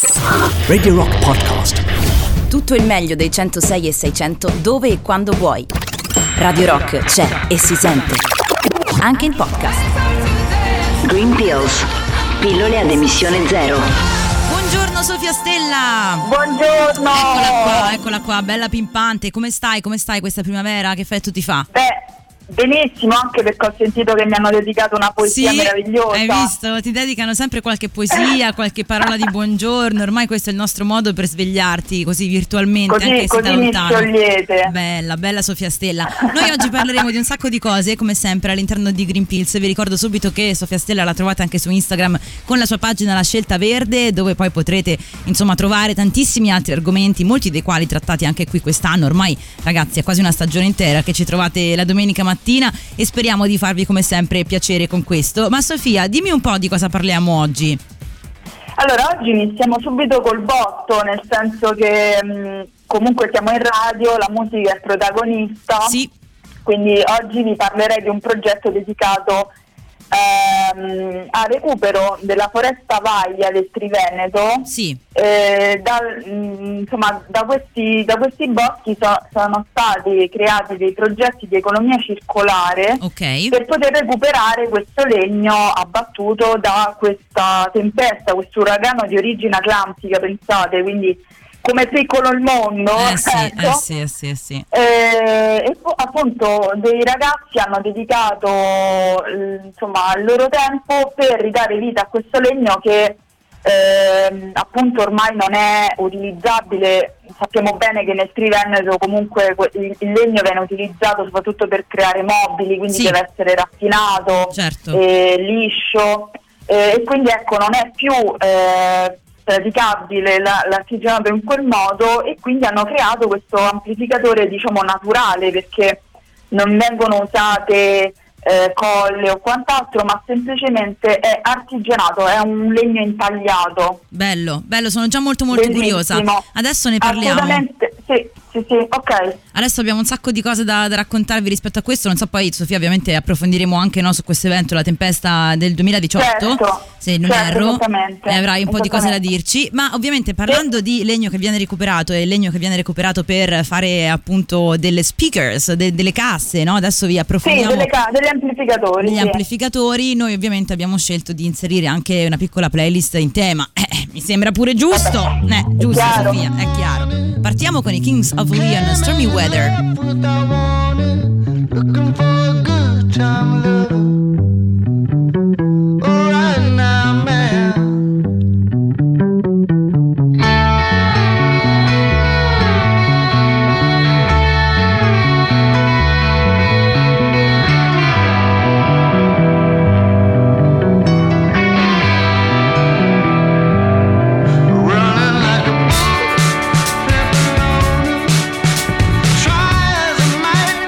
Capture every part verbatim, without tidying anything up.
Radio Rock Podcast. Tutto il meglio dei centosei e seicento dove e quando vuoi. Radio Rock c'è e si sente anche in podcast. Green Pills, pillole ad emissione zero. Buongiorno Sofia Stella. Buongiorno. Eccola qua, eccola qua, bella pimpante. Come stai? Come stai questa primavera? Che effetto ti fa? Beh, benissimo, anche perché ho sentito che mi hanno dedicato una poesia sì, meravigliosa. Hai visto? Ti dedicano sempre qualche poesia, qualche parola di buongiorno. Ormai questo è il nostro modo per svegliarti così virtualmente, così, anche se da così mi lontano. sciogliete. Bella, bella Sofia Stella. Noi oggi parleremo di un sacco di cose, come sempre all'interno di Green Pills. Vi ricordo subito che Sofia Stella la trovate anche su Instagram con la sua pagina La Scelta Verde, dove poi potrete insomma trovare tantissimi altri argomenti, molti dei quali trattati anche qui quest'anno. Ormai ragazzi è quasi una stagione intera che ci trovate la domenica mattina e speriamo di farvi come sempre piacere con questo. Ma Sofia, dimmi un po' di cosa parliamo oggi. Allora, oggi iniziamo subito col botto, nel senso che mh, comunque siamo in radio, la musica è protagonista. Sì. Quindi oggi vi parlerei di un progetto dedicato ehm, al recupero della foresta Vaglia del Triveneto. Sì. Eh, da, mh, insomma, da questi, da questi boschi so, sono stati creati dei progetti di economia circolare, okay, per poter recuperare questo legno abbattuto da questa tempesta, questo uragano di origine atlantica, pensate, quindi come piccolo il mondo. Eh sì, ecco. eh sì, eh sì, eh sì. Eh, e po- appunto dei ragazzi hanno dedicato l- insomma il loro tempo per ridare vita a questo legno che eh, appunto ormai non è utilizzabile. Sappiamo bene che nel Triveneto comunque il, il legno viene utilizzato soprattutto per creare mobili, quindi sì, deve essere raffinato, certo, eh, liscio, eh, e quindi ecco non è più eh, praticabile la, l'artigianato in quel modo, e quindi hanno creato questo amplificatore diciamo naturale, perché non vengono usate eh, colle o quant'altro, ma semplicemente è artigianato, è un legno intagliato. Bello, bello, sono già molto molto Bellissimo. curiosa. Adesso ne parliamo. Assolutamente, sì, sì, sì, ok. Adesso abbiamo un sacco di cose da, da raccontarvi rispetto a questo. Non so, poi Sofia ovviamente approfondiremo anche no, su questo evento, la tempesta del duemiladiciotto, certo, se non certo, erro, esattamente, e avrai un po' di cose da esattamente. dirci. Ma ovviamente parlando sì, di legno che viene recuperato e legno che viene recuperato per fare appunto delle speakers, de, delle casse, no? Adesso vi approfondiamo. Sì, delle ca- degli amplificatori. Degli sì. amplificatori. Noi ovviamente abbiamo scelto di inserire anche una piccola playlist in tema. Eh, mi sembra pure giusto. Vabbè, Eh, giusto chiaro. Sofia, è chiaro. Partiamo con i Kings of Leon, Stormy Weather. Looking for a good time love. Oh, right now, man. Running like a bull, stepping on it. Try as I might.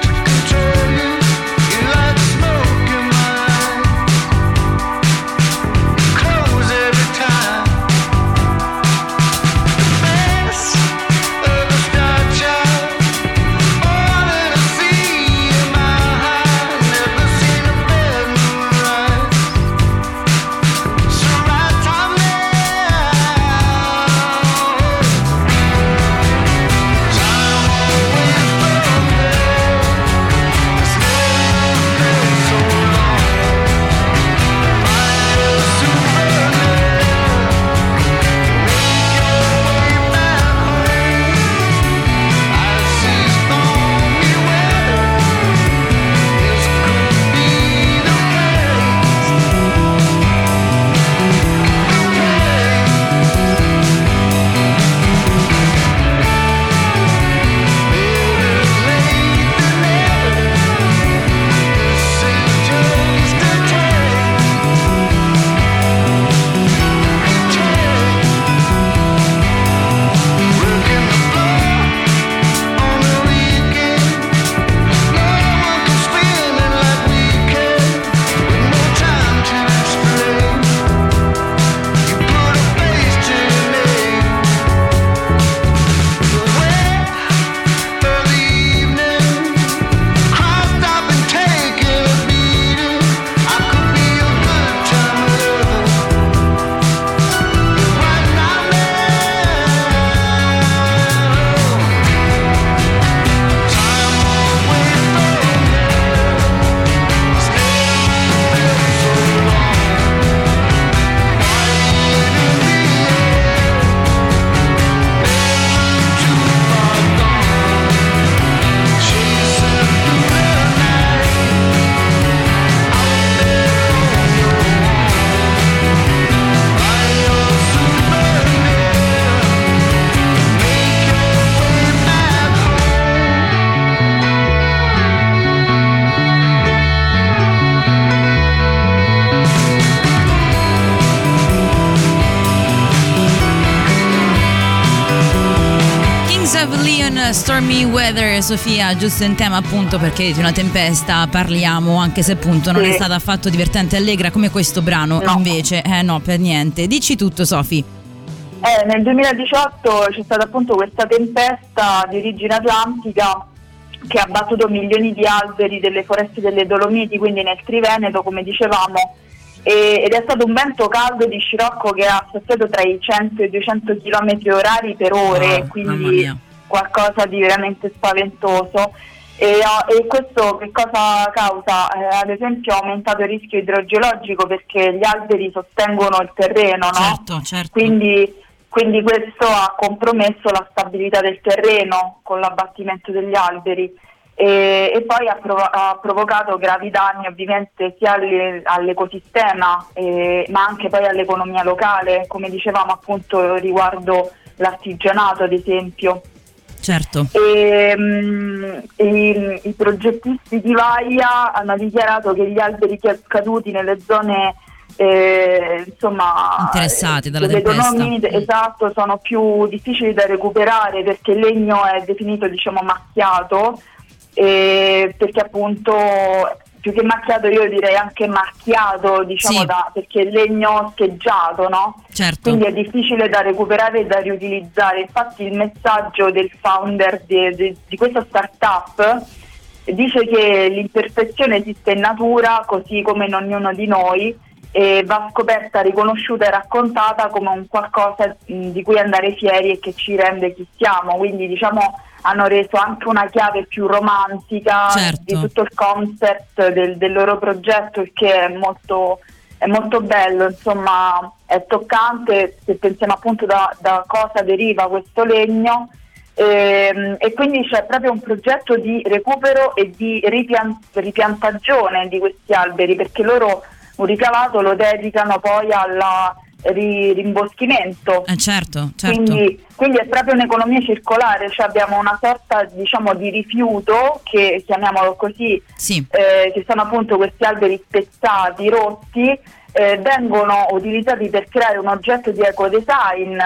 Kings of Leon, Stormy Weather. Sofia, giusto in tema appunto perché di una tempesta parliamo, anche se appunto non sì. è stata affatto divertente e allegra come questo brano, no. invece eh no, per niente. Dici tutto, Sofi. Eh, nel duemiladiciotto c'è stata appunto questa tempesta di origine atlantica che ha abbattuto milioni di alberi delle foreste delle Dolomiti, quindi nel Triveneto, come dicevamo, e, ed è stato un vento caldo di scirocco che ha soffiato tra i cento e i duecento chilometri orari per ore, Oh, quindi qualcosa di veramente spaventoso. E, e questo che cosa causa? Eh, ad esempio ha aumentato il rischio idrogeologico perché gli alberi sostengono il terreno, no? Certo, certo. Quindi Quindi questo ha compromesso la stabilità del terreno con l'abbattimento degli alberi e, e poi ha, prov- ha provocato gravi danni ovviamente sia alle, all'ecosistema eh, ma anche poi all'economia locale, come dicevamo appunto riguardo l'artigianato ad esempio. Certo. E, mh, i, i progettisti di Vaia hanno dichiarato che gli alberi caduti nelle zone Eh, insomma interessate dalla le tempesta. Dolomiti, esatto, sono più difficili da recuperare perché il legno è definito diciamo macchiato eh, perché appunto più che macchiato io direi anche macchiato diciamo sì. da, perché il legno scheggiato, no? Certo. Quindi è difficile da recuperare e da riutilizzare. Infatti il messaggio del founder di, di, di questa startup dice che l'imperfezione esiste in natura così come in ognuno di noi e va scoperta, riconosciuta e raccontata come un qualcosa mh, di cui andare fieri e che ci rende chi siamo. Quindi diciamo hanno reso anche una chiave più romantica certo. di tutto il concept del, del loro progetto, il che è molto, è molto bello, insomma è toccante se pensiamo appunto da, da cosa deriva questo legno. E, e quindi c'è proprio un progetto di recupero e di ripian- ripiantagione di questi alberi, perché loro un ricavato lo dedicano poi al ri- rimboschimento. Eh certo, certo. Quindi, quindi è proprio un'economia circolare, cioè abbiamo una sorta diciamo di rifiuto, che chiamiamolo così, sì. eh, che sono appunto questi alberi spezzati, rotti, eh, vengono utilizzati per creare un oggetto di ecodesign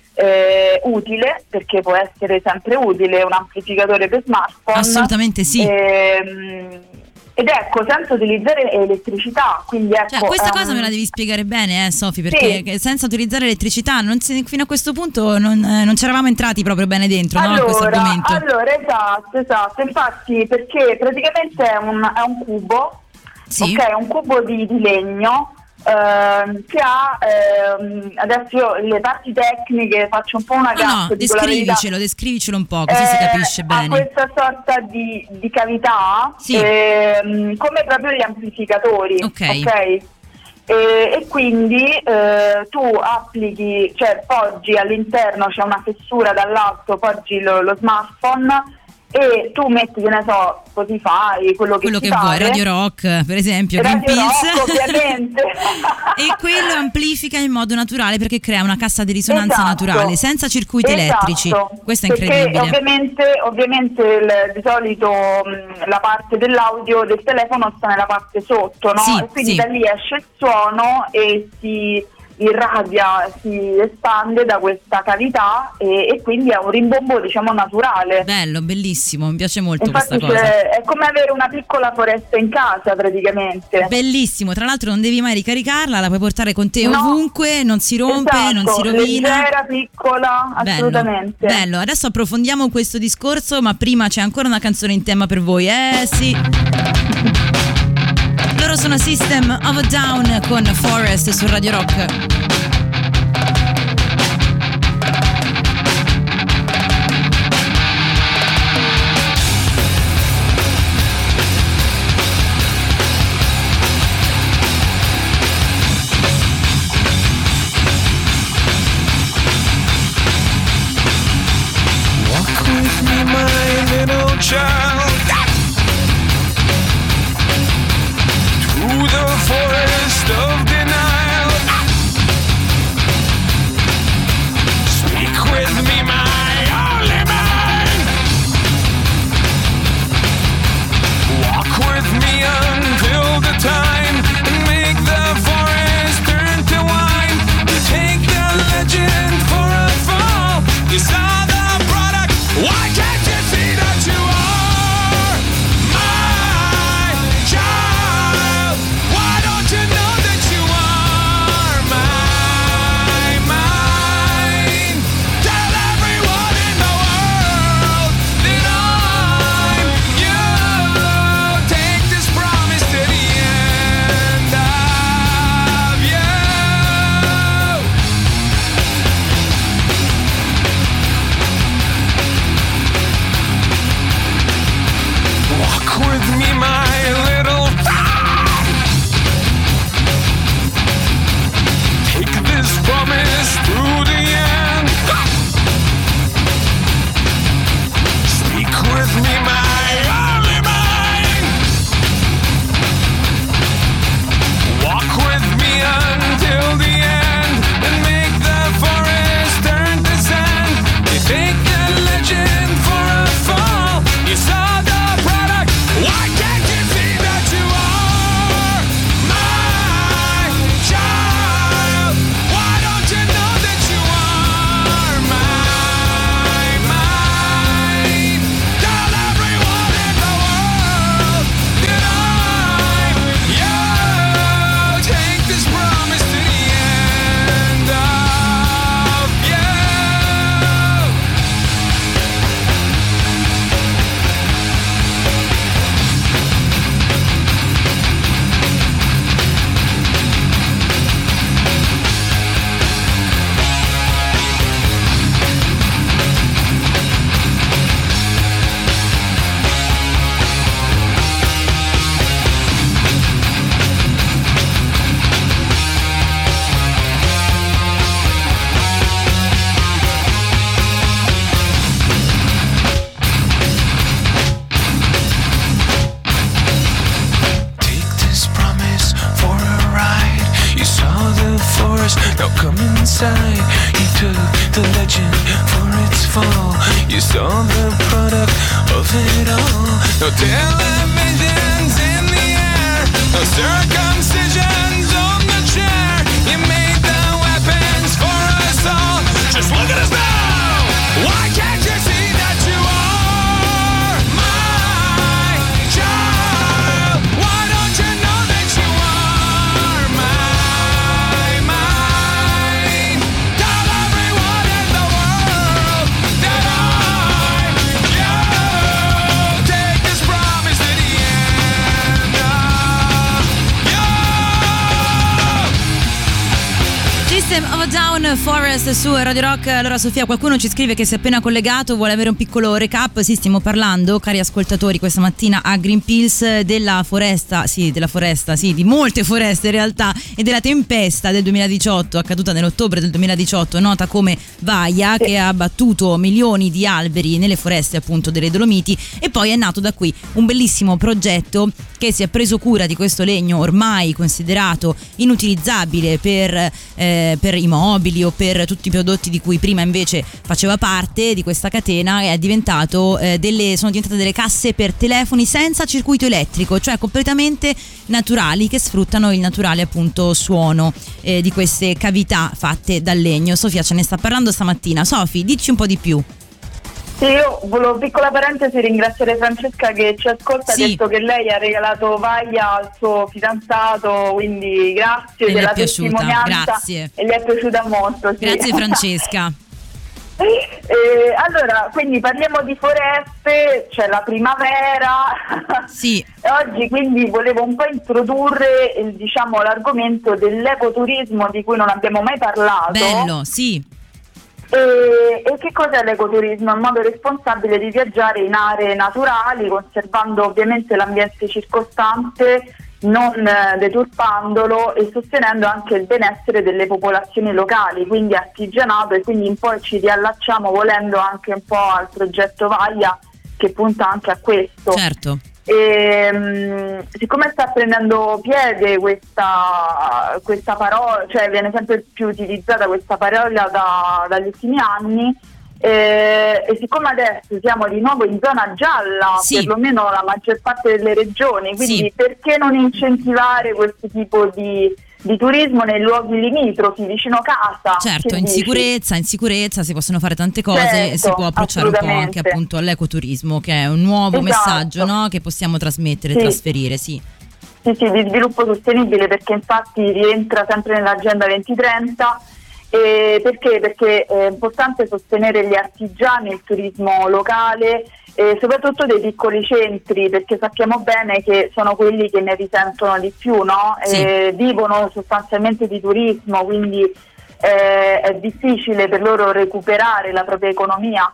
Eh, utile, perché può essere sempre utile un amplificatore per smartphone. Assolutamente sì. Ehm, ed ecco, senza utilizzare elettricità, quindi ecco, cioè, questa um, cosa me la devi spiegare bene, eh, Sofi, perché sì. senza utilizzare elettricità non si, fino a questo punto non, eh, non ci eravamo entrati proprio bene dentro, allora, no, a questo argomento. Allora, esatto, esatto, infatti perché praticamente è un, è un cubo, sì. ok, è un cubo di, di legno Uh, che ha uh, adesso io le parti tecniche faccio un po' una no, gaffa, no, descrivicelo, descrivicelo un po', così eh, si capisce bene. Ha questa sorta di, di cavità, sì. ehm, come proprio gli amplificatori, ok, okay? E, e quindi eh, tu applichi, cioè poggi all'interno, c'è una fessura dall'alto, poggi lo, lo smartphone e tu metti, che ne so, Spotify, quello che quello ti che pare. vuoi, Radio Rock per esempio, Radio Greenpeace, Rock, ovviamente. e quello amplifica in modo naturale perché crea una cassa di risonanza esatto. naturale senza circuiti esatto. elettrici. Questo è perché incredibile. ovviamente, ovviamente il, di solito mh, la parte dell'audio del telefono sta nella parte sotto, no? Sì, e quindi sì. da lì esce il suono e si irradia, si espande da questa cavità e, e quindi è un rimbombo diciamo naturale. Bello, bellissimo, mi piace molto Infatti questa cosa. è come avere una piccola foresta in casa praticamente. Bellissimo, tra l'altro non devi mai ricaricarla, la puoi portare con te No. ovunque, non si rompe, esatto, non si rovina. Leggera, piccola, Bello, assolutamente. bello, adesso approfondiamo questo discorso, ma prima c'è ancora una canzone in tema per voi. Eh sì. Loro sono System of a Down con Forest su Radio Rock. Walk with me, my little child, to the forest of denial. legend for its fall. You saw the product of it all. No televisions in the air, no circumcisions on the chair. You made the weapons for us all. Just look at us now. Why can't you see that you are my child? Why don't you know that you are my mine? Tell everyone in the world that I'm you. Take this promise to the end of you. System of a Down, Forest su Radio Rock. Allora Sofia, qualcuno ci scrive che si è appena collegato, vuole avere un piccolo recap. Sì, stiamo parlando, cari ascoltatori, questa mattina a Greenpeace della foresta, sì, della foresta, sì, di molte foreste in realtà, e della tempesta del duemiladiciotto, accaduta nell'ottobre del duemiladiciotto, nota come Vaia, che ha abbattuto milioni di alberi nelle foreste appunto delle Dolomiti. E poi è nato da qui un bellissimo progetto che si è preso cura di questo legno ormai considerato inutilizzabile per, eh, per i mobili o per tutti i prodotti di cui prima invece faceva parte di questa catena, e è diventato eh, delle, sono diventate delle casse per telefoni senza circuito elettrico, cioè completamente naturali, che sfruttano il naturale appunto suono eh, di queste cavità fatte dal legno. Sofia ce ne sta parlando stamattina. Sofi, dici un po' di più. Sì, io volevo, piccola parentesi, ringraziare Francesca che ci ascolta. Sì. Ha detto che lei ha regalato Vaia al suo fidanzato, quindi grazie E gli è della piaciuta, testimonianza. grazie. E gli è piaciuta molto, sì. Grazie Francesca. Eh, allora, quindi parliamo di foreste, c'è la primavera. Sì. E oggi quindi volevo un po' introdurre il, diciamo, l'argomento dell'ecoturismo, di cui non abbiamo mai parlato. Bello, sì. E, e che cos'è l'ecoturismo? È un modo responsabile di viaggiare in aree naturali, conservando ovviamente l'ambiente circostante, non eh, deturpandolo, e sostenendo anche il benessere delle popolazioni locali, quindi artigianato. E quindi un po' ci riallacciamo, volendo, anche un po' al progetto Vaia, che punta anche a questo. Certo. E, mh, siccome sta prendendo piede questa, questa parola, cioè viene sempre più utilizzata questa parola da, dagli ultimi anni, eh, e siccome adesso siamo di nuovo in zona gialla, sì, perlomeno la maggior parte delle regioni, quindi sì, perché non incentivare questo tipo di, di turismo nei luoghi limitrofi, vicino casa? certo, Che in dici? sicurezza, in sicurezza si possono fare tante cose, Certo, e si può approcciare un po' anche assolutamente. appunto all'ecoturismo, che è un nuovo Esatto. messaggio, no? Che possiamo trasmettere, Sì. trasferire, sì. Sì, sì, di sviluppo sostenibile, perché infatti rientra sempre nell'agenda duemilatrenta. Eh, perché? Perché è importante sostenere gli artigiani, il turismo locale, eh, soprattutto dei piccoli centri, perché sappiamo bene che sono quelli che ne risentono di più, no? Sì. Eh, vivono sostanzialmente di turismo, quindi eh, è difficile per loro recuperare la propria economia.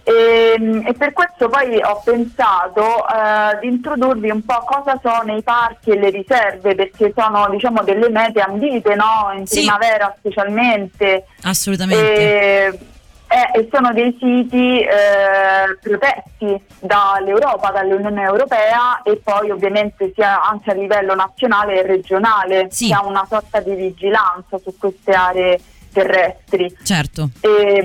E, e per questo poi ho pensato uh, di introdurvi un po' cosa sono i parchi e le riserve, perché sono, diciamo, delle mete ambite, no? In Sì. primavera specialmente. Assolutamente. E, eh, e sono dei siti eh, protetti dall'Europa, dall'Unione Europea, e poi ovviamente sia anche a livello nazionale e regionale. Sì. Si ha una sorta di vigilanza su queste aree terrestri. Certo. E,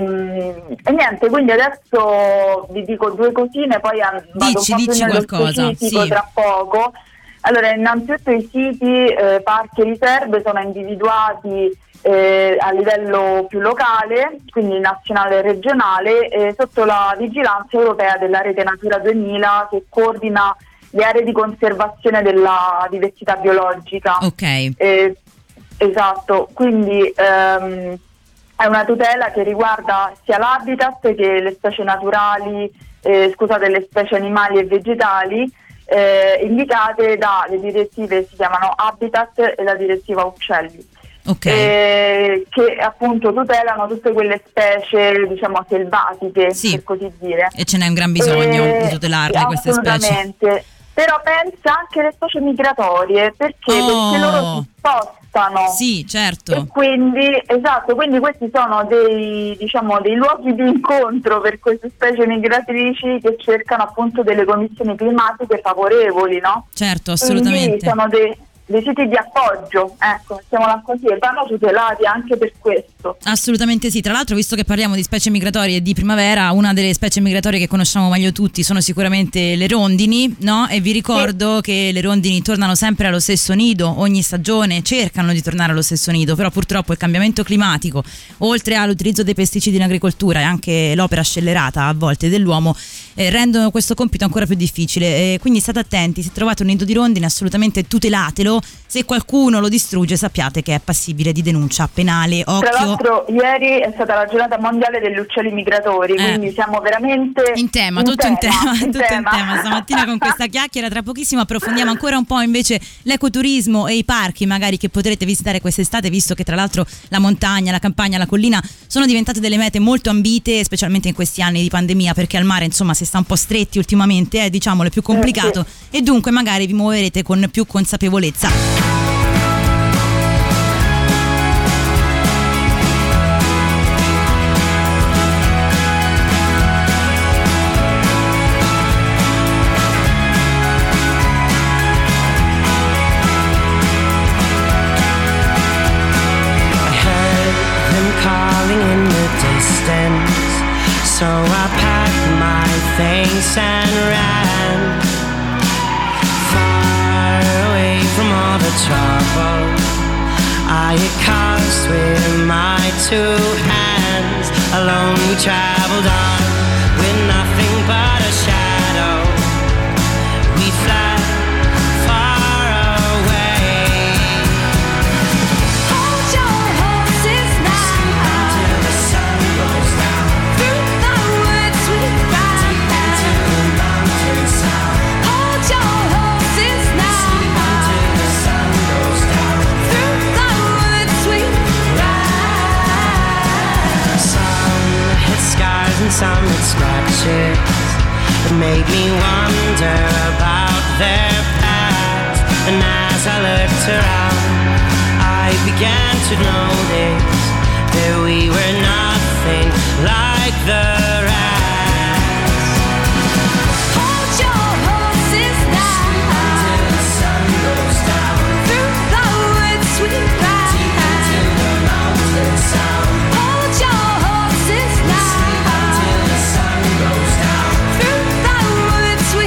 e niente, quindi adesso vi dico due cosine, poi an- vado Dici, un po' più dici nello qualcosa, specifico sì. tra poco. Allora, innanzitutto i siti, eh, parchi e riserve sono individuati eh, a livello più locale, quindi nazionale e regionale, eh, sotto la vigilanza europea della Rete Natura duemila, che coordina le aree di conservazione della diversità biologica. Ok. Eh, Esatto, quindi ehm, è una tutela che riguarda sia l'habitat che le specie naturali, eh, scusate, le specie animali e vegetali, eh, indicate dalle direttive, si chiamano Habitat e la direttiva Uccelli, Ok. eh, che appunto tutelano tutte quelle specie, diciamo, selvatiche, Sì. per così dire. E ce n'è un gran bisogno Eh, di tutelarle queste specie. assolutamente. Però pensa anche alle specie migratorie, perché? Oh. Perché loro si spostano. Sì, E certo. quindi, esatto, quindi questi sono dei, diciamo, dei luoghi di incontro per queste specie migratrici, che cercano appunto delle condizioni climatiche favorevoli, no? Certo, Quindi assolutamente. sono dei, dei siti di appoggio, ecco, mettiamola così, e vanno tutelati anche per questo. Assolutamente sì, tra l'altro visto che parliamo di specie migratorie di primavera, una delle specie migratorie che conosciamo meglio tutti sono sicuramente le rondini, no? E vi ricordo sì. che le rondini tornano sempre allo stesso nido, ogni stagione cercano di tornare allo stesso nido, però purtroppo il cambiamento climatico, oltre all'utilizzo dei pesticidi in agricoltura e anche l'opera scellerata a volte dell'uomo, eh, rendono questo compito ancora più difficile, eh, quindi state attenti, se trovate un nido di rondine assolutamente tutelatelo, se qualcuno lo distrugge sappiate che è passibile di denuncia penale. Occhio. Tra l'altro ieri è stata la giornata mondiale degli uccelli migratori, eh. quindi siamo veramente in tema, in tutto tema, in tema, in tutto tema. in tema stamattina con questa chiacchiera. Tra pochissimo approfondiamo ancora un po' invece l'ecoturismo e i parchi magari che potrete visitare quest'estate, visto che tra l'altro la montagna, la campagna, la collina sono diventate delle mete molto ambite, specialmente in questi anni di pandemia, perché al mare insomma si sta un po' stretti ultimamente, è diciamolo, è più complicato, eh, sì. e dunque magari vi muoverete con più consapevolezza. So I packed my things and ran far away from all the trouble I had caused with my two hands. Alone we traveled on with nothing but a shadow. We fled far away. Hold your horses now until the sun goes down. Through the woods we ride into the mountains sound. Hold your horses now until the sun goes down. Through the woods we ride. Some hit scars and some hit scratches. It made me wonder about their past. And as I looked around, I began to notice that we were nothing like the rest. Hold your horses now until the sun goes down. Through the woods we ride into the mountains sound. Hold your horses now until the sun goes down. Through the woods we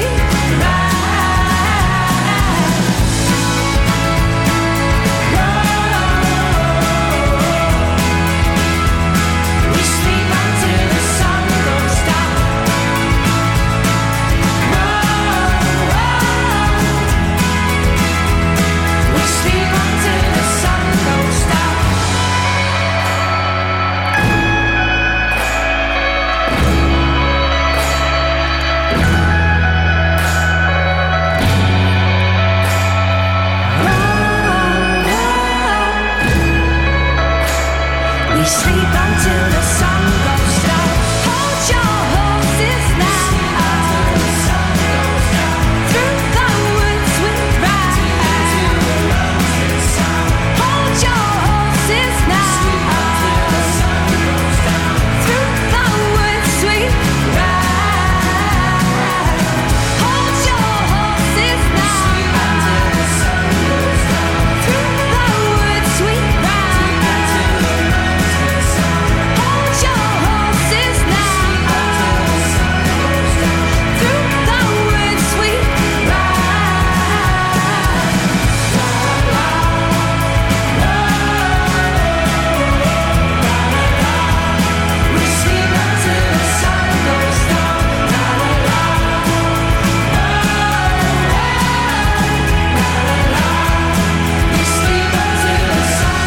ride. We sleep until the sun goes down. We sleep until the sun goes down. We sleep until the sun goes down. Hold your horses now until the sun goes down. Through the woods we ride into the mountains sound. Hold your horses now until the sun goes down. Through the woods we ride. Hold your horses now until the sun goes down. Through the woods we ride until the mountains sound. Hold your horses now until the sun goes down. Through the woods we ride. We sleep until the sun goes down. We sleep until the sun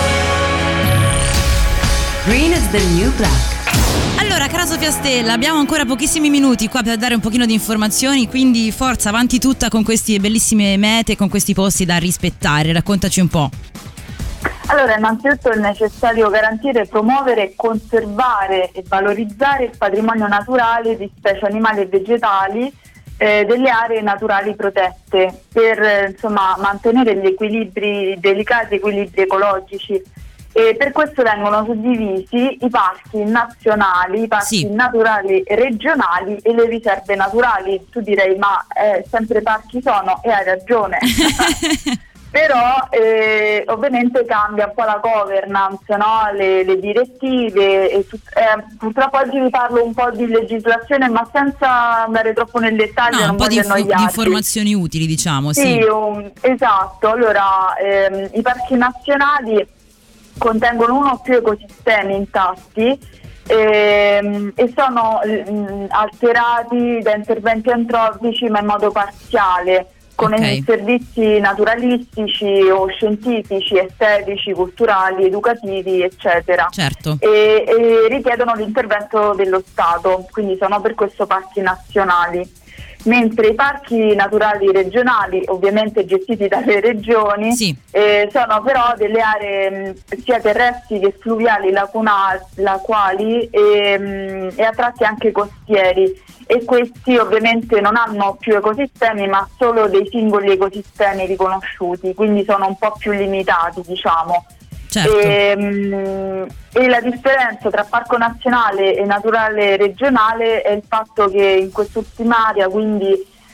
goes. Green is the new black. Allora, cara Sofia Stella, abbiamo ancora pochissimi minuti qua per dare un pochino di informazioni, quindi forza, avanti tutta con queste bellissime mete, con questi posti da rispettare. Raccontaci un po'. Allora, innanzitutto è necessario garantire, promuovere e conservare e valorizzare il patrimonio naturale di specie animali e vegetali eh, delle aree naturali protette per eh, insomma mantenere gli equilibri, delicati equilibri ecologici. E per questo vengono suddivisi i parchi nazionali, i parchi Sì. naturali regionali e le riserve naturali. Tu direi, ma eh, sempre parchi sono? E hai ragione. però eh, ovviamente cambia un po' la governance, no? le, le direttive e tut- eh, purtroppo oggi vi parlo un po' di legislazione ma senza andare troppo nel dettaglio, No, non un po' di, voglio info- di annoiarvi. informazioni utili, diciamo, sì. Sì, um, esatto. Allora, ehm, i parchi nazionali contengono uno o più ecosistemi intatti ehm, e sono mh, alterati da interventi antropici ma in modo parziale, con Ok. servizi naturalistici o scientifici, estetici, culturali, educativi, eccetera. Certo. E, e richiedono l'intervento dello Stato, quindi sono per questo parchi nazionali. Mentre i parchi naturali regionali, ovviamente gestiti dalle regioni, Sì. eh, sono però delle aree mh, sia terrestri che fluviali, lacuna- lacuali e, mh, e a tratti anche costieri, e questi ovviamente non hanno più ecosistemi ma solo dei singoli ecosistemi riconosciuti, quindi sono un po' più limitati, diciamo. Certo. E, mh, e la differenza tra parco nazionale e naturale regionale è il fatto che in quest'ultima area quindi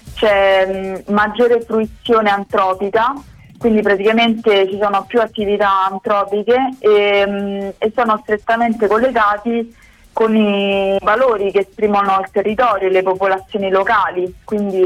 c'è mh, maggiore fruizione antropica, quindi praticamente ci sono più attività antropiche e, mh, e sono strettamente collegati con i valori che esprimono il territorio e le popolazioni locali, quindi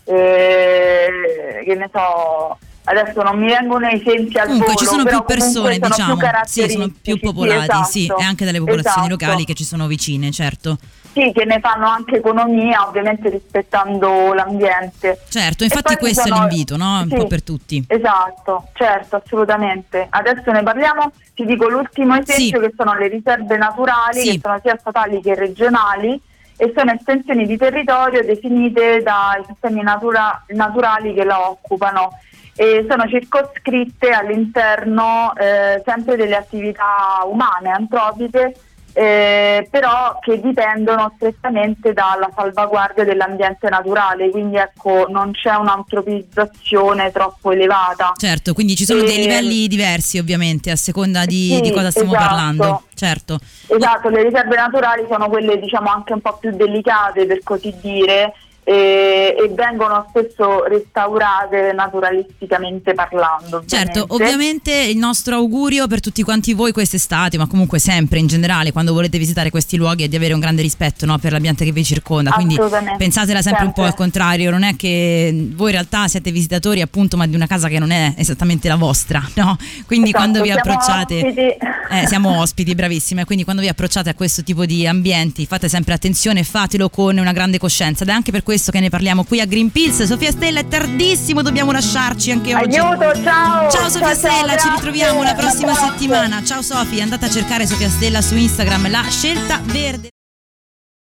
eh, che ne so, adesso non mi vengono esempi al Comunque volo, ci sono però più persone, comunque sono diciamo, più sì, sono più caratteristici, popolati, sì, esatto, e anche dalle popolazioni esatto. locali che ci sono vicine, certo. Sì, che ne fanno anche economia, ovviamente rispettando l'ambiente. Certo, E infatti poi ci questo è sono- l'invito, no? Un sì, po' per tutti. Esatto, certo, assolutamente. Adesso ne parliamo, ti dico l'ultimo esempio, Sì. che sono le riserve naturali, Sì. che sono sia statali che regionali, e sono estensioni di territorio definite dai sistemi natura- naturali che la occupano. E sono circoscritte all'interno eh, sempre delle attività umane, antropiche, eh, però che dipendono strettamente dalla salvaguardia dell'ambiente naturale, quindi ecco non c'è un'antropizzazione troppo elevata. Certo, quindi ci sono dei E- livelli diversi ovviamente a seconda di, Sì, di cosa stiamo esatto. parlando. Certo. Esatto, le riserve naturali sono quelle diciamo anche un po' più delicate, per così dire, e, e vengono spesso restaurate naturalisticamente parlando. Certo, ovviamente il nostro augurio per tutti quanti voi quest'estate, ma comunque sempre in generale quando volete visitare questi luoghi, è di avere un grande rispetto, no, per l'ambiente che vi circonda, quindi Assolutamente, pensatela sempre un po' al sempre. contrario, non è che voi in realtà siete visitatori appunto ma di una casa che non è esattamente la vostra, no? Quindi Esatto, quando vi siamo approcciate ospiti. eh, siamo ospiti, bravissime, quindi quando vi approcciate a questo tipo di ambienti fate sempre attenzione e fatelo con una grande coscienza, ed è anche per questo che ne parliamo qui a Green Pills. Sofia Stella, è tardissimo, dobbiamo lasciarci anche oggi. Aiuto, ciao! Ciao Sofia Ciao, ciao, Stella, ci grazie. ritroviamo la prossima Grazie. settimana. Ciao Sofia, andate a cercare Sofia Stella su Instagram, la scelta verde.